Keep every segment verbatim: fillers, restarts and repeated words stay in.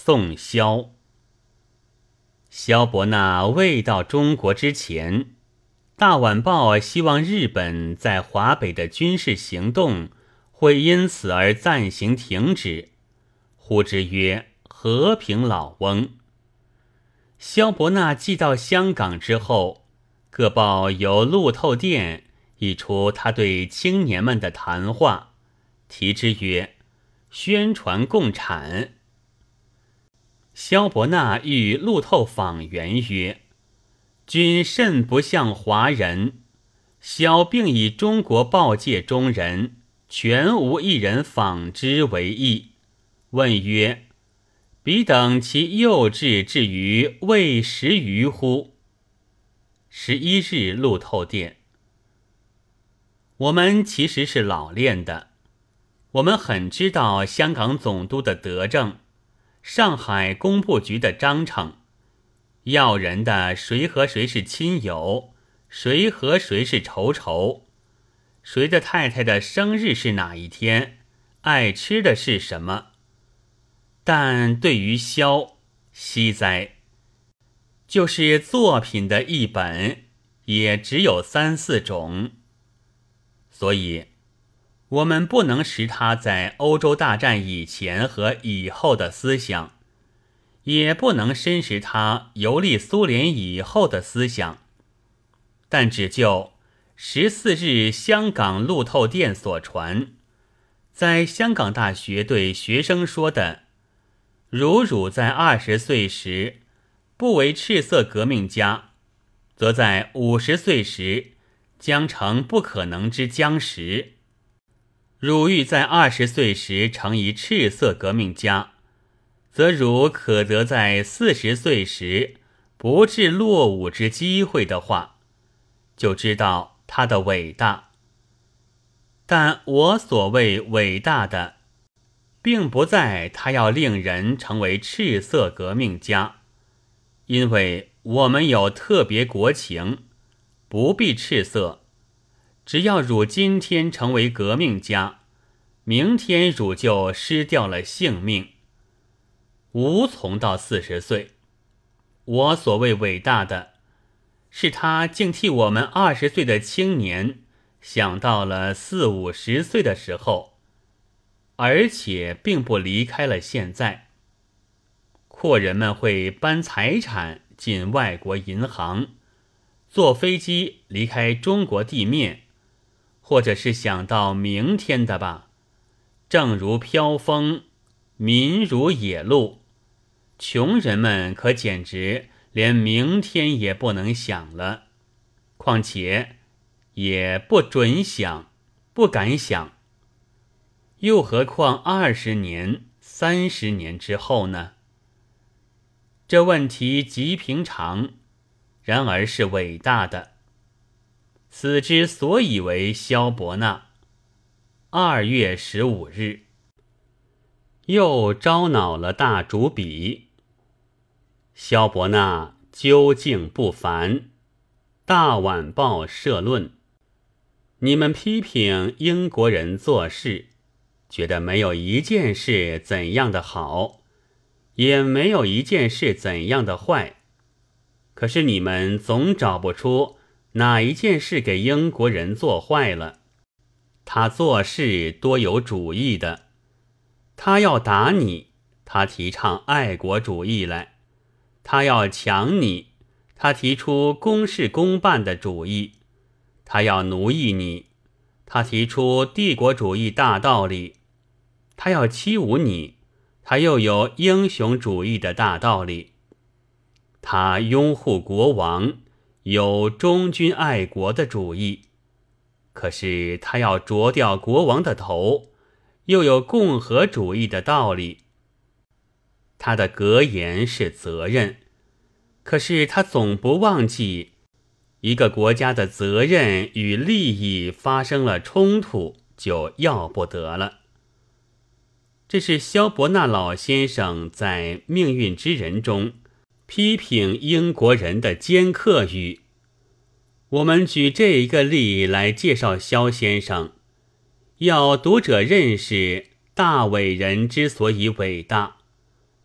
宋萧。萧伯纳未到中国之前，大晚报希望日本在华北的军事行动会因此而暂行停止，呼之曰和平老翁。萧伯纳寄到香港之后，各报由路透电译出他对青年们的谈话，题之曰宣传共产。萧伯纳欲路透访员曰：君甚不像华人，萧并以中国报界中人全无一人访之为意。问曰：彼等其幼稚至于未识于乎？十一日路透电。我们其实是老练的，我们很知道香港总督的德政，上海工部局的章程，要人的谁和谁是亲友，谁和谁是仇仇，谁的太太的生日是哪一天，爱吃的是什么。但对于萧，惜哉，就是作品的一本，也只有三四种。所以我们不能识他在欧洲大战以前和以后的思想，也不能深识他游历苏联以后的思想，但只就十四日香港路透电所传，在香港大学对学生说的如汝在二十岁时不为赤色革命家，则在五十岁时将成不可能之僵石。汝欲在二十岁时成一赤色革命家，则汝可得在四十岁时不致落伍之机会的话，就知道他的伟大。但我所谓伟大的，并不在他要令人成为赤色革命家，因为我们有特别国情，不必赤色。只要汝今天成为革命家，明天汝就失掉了性命，无从到四十岁。我所谓伟大的，是他竟替我们二十岁的青年想到了四五十岁的时候，而且并不离开了现在。阔人们会搬财产进外国银行，坐飞机离开中国地面，或者是想到明天的吧。正如飘风，民如野鹿，穷人们可简直连明天也不能想了，况且也不准想，不敢想。又何况二十年、三十年之后呢？这问题极平常，然而是伟大的。此之所以为萧伯纳。二月十五日，又招恼了大主笔。萧伯纳究竟不凡。大晚报社论：你们批评英国人做事，觉得没有一件事怎样的好，也没有一件事怎样的坏，可是你们总找不出哪一件事给英国人做坏了。他做事多有主义的，他要打你，他提倡爱国主义来；他要抢你，他提出公事公办的主义；他要奴役你，他提出帝国主义大道理；他要欺侮你，他又有英雄主义的大道理；他拥护国王，有忠君爱国的主义。可是他要啄掉国王的头，又有共和主义的道理。他的格言是责任，可是他总不忘记一个国家的责任与利益发生了冲突，就要不得了。这是萧伯纳老先生在《命运之人》中批评英国人的尖刻语。我们举这一个例来介绍萧先生，要读者认识大伟人之所以伟大，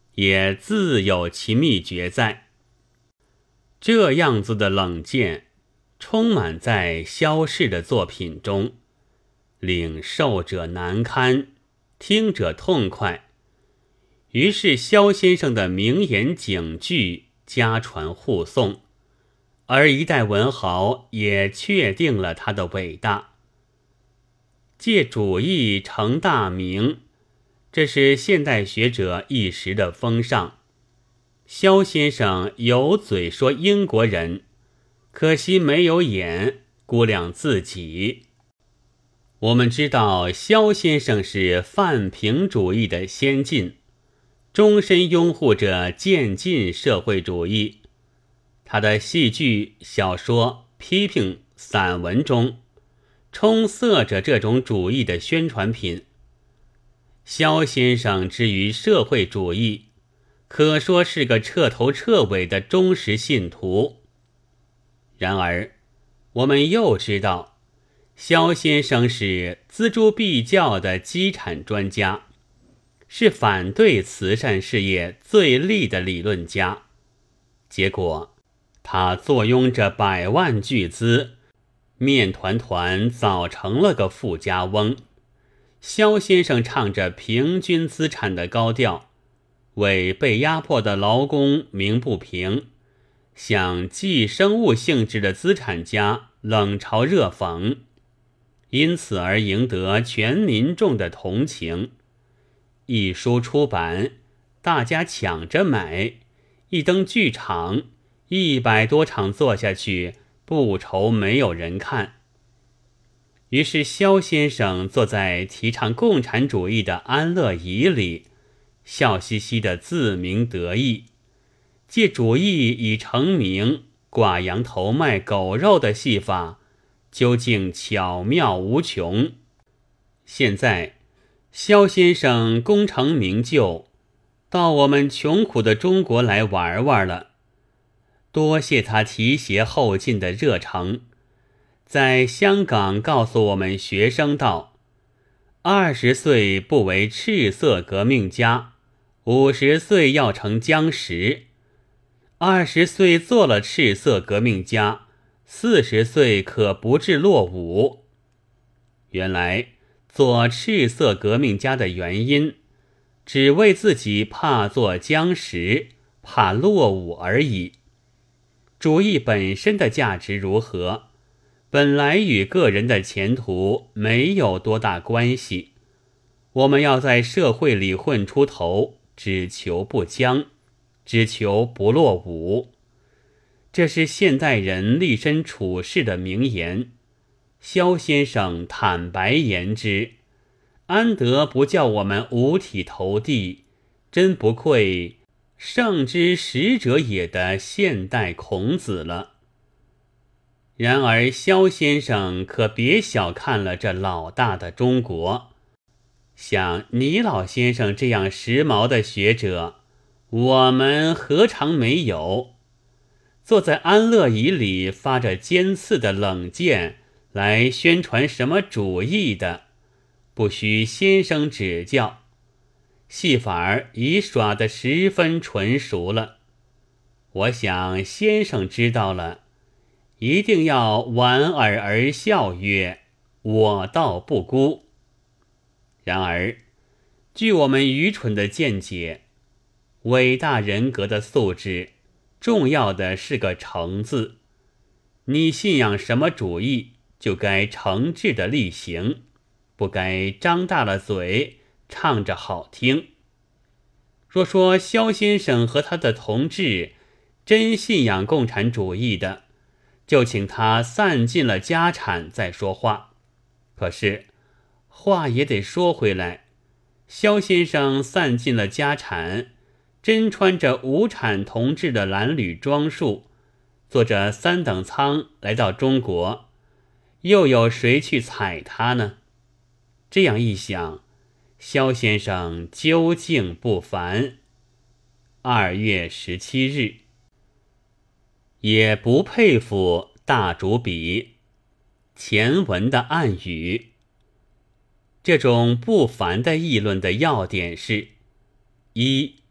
也自有其秘诀在。这样子的冷见充满在萧氏的作品中，领受者难堪，听者痛快。于是萧先生的名言警句家传户送，而一代文豪也确定了他的伟大。借主义成大名，这是现代学者一时的风尚。萧先生有嘴说英国人，可惜没有眼估量自己。我们知道萧先生是范平主义的先进，终身拥护着渐进社会主义。他的戏剧、小说、批评、散文中充塞着这种主义的宣传品。萧先生之于社会主义，可说是个彻头彻尾的忠实信徒。然而我们又知道萧先生是锱铢必较的积产专家，是反对慈善事业最利的理论家。结果他坐拥着百万巨资，面团团早成了个富家翁。萧先生唱着平均资产的高调，为被压迫的劳工鸣不平，向寄生物性质的资产家冷嘲热讽，因此而赢得全民众的同情。一书出版，大家抢着买；一登剧场，一百多场做下去，不愁没有人看。于是萧先生坐在提倡共产主义的安乐椅里，笑嘻嘻的自鸣得意，借主义以成名，挂羊头卖狗肉的戏法究竟巧妙无穷。现在萧先生功成名就，到我们穷苦的中国来玩玩了。多谢他提携后进的热诚，在香港告诉我们学生道：二十岁不为赤色革命家，五十岁要成僵石；二十岁做了赤色革命家，四十岁可不至落伍。原来做赤色革命家的原因，只为自己怕做僵石，怕落伍而已。主义本身的价值如何，本来与个人的前途没有多大关系。我们要在社会里混出头，只求不僵，只求不落伍。这是现代人立身处世的名言。萧先生坦白言之，安得不叫我们五体投地，真不愧圣之使者也的现代孔子了。然而萧先生可别小看了这老大的中国。像倪老先生这样时髦的学者，我们何尝没有？坐在安乐椅里发着尖刺的冷箭来宣传什么主义的，不需先生指教，戏法儿已耍得十分纯熟了。我想先生知道了，一定要莞尔而笑曰：我道不孤。然而据我们愚蠢的见解，伟大人格的素质重要的是个诚字。你信仰什么主义，就该诚挚的力行，不该张大了嘴唱着好听。若说萧先生和他的同志真信仰共产主义的，就请他散尽了家产再说话。可是话也得说回来，萧先生散尽了家产，真穿着无产同志的褴褛装束，坐着三等舱来到中国，又有谁去睬他呢？这样一想，萧先生究竟不凡。二月十七日，也不佩服大主笔前文的暗语。这种不凡的议论的要点是：一、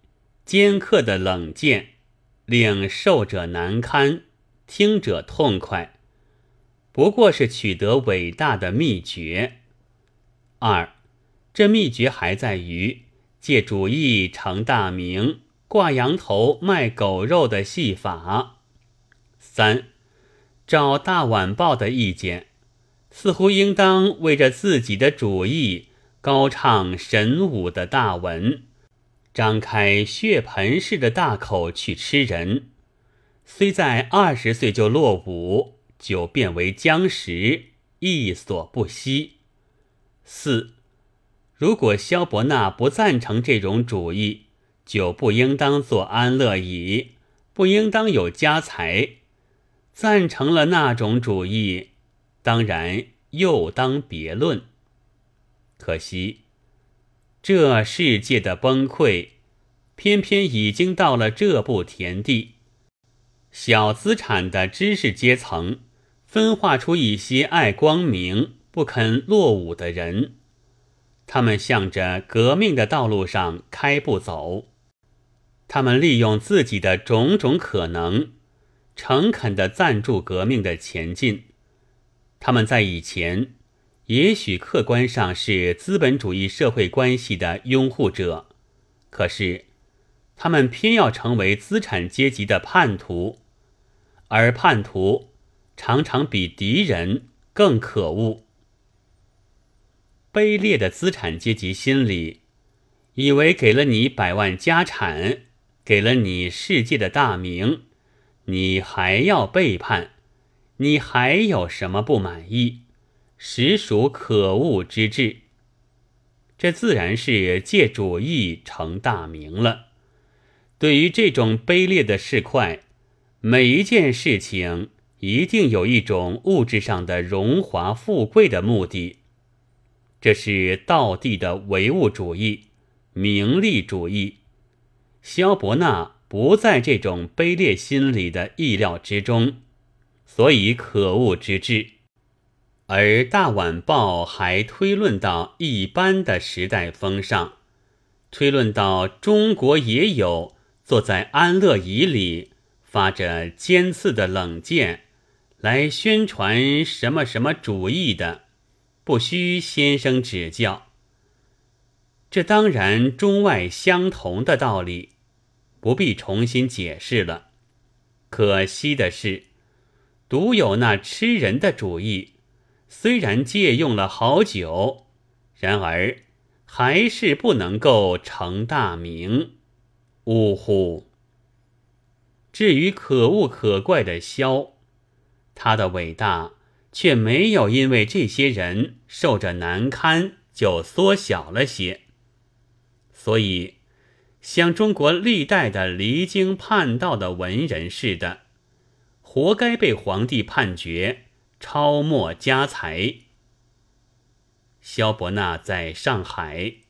尖刻的冷箭，令受者难堪，听者痛快，不过是取得伟大的秘诀。二，这秘诀还在于借主义成大名，挂羊头卖狗肉的戏法。三，照大晚报的意见，似乎应当为着自己的主义高唱神武的大文，张开血盆式的大口去吃人，虽在二十岁就落伍，就变为僵石，亦所不惜。四，如果萧伯纳不赞成这种主义，就不应当做安乐椅，不应当有家财；赞成了那种主义，当然又当别论。可惜这世界的崩溃，偏偏已经到了这步田地。小资产的知识阶层分化出一些爱光明不肯落伍的人，他们向着革命的道路上开步走，他们利用自己的种种可能，诚恳地赞助革命的前进。他们在以前也许客观上是资本主义社会关系的拥护者，可是他们偏要成为资产阶级的叛徒，而叛徒常常比敌人更可恶。卑劣的资产阶级心理，以为给了你百万家产，给了你世界的大名，你还要背叛，你还有什么不满意？实属可恶之至。这自然是借主义成大名了。对于这种卑劣的市侩，每一件事情一定有一种物质上的荣华富贵的目的。这是道地的唯物主义、名利主义。萧伯纳不在这种卑劣心理的意料之中，所以可恶之至。而大晚报还推论到一般的时代风尚，推论到中国也有坐在安乐椅里发着尖刺的冷箭来宣传什么什么主义的，不需先生指教。这当然中外相同的道理，不必重新解释了。可惜的是，独有那吃人的主义，虽然借用了好久，然而还是不能够成大名。呜呼！至于可恶可怪的萧，他的伟大却没有因为这些人受着难堪就缩小了些。所以像中国历代的离经叛道的文人似的，活该被皇帝判决抄没家财。萧伯纳在上海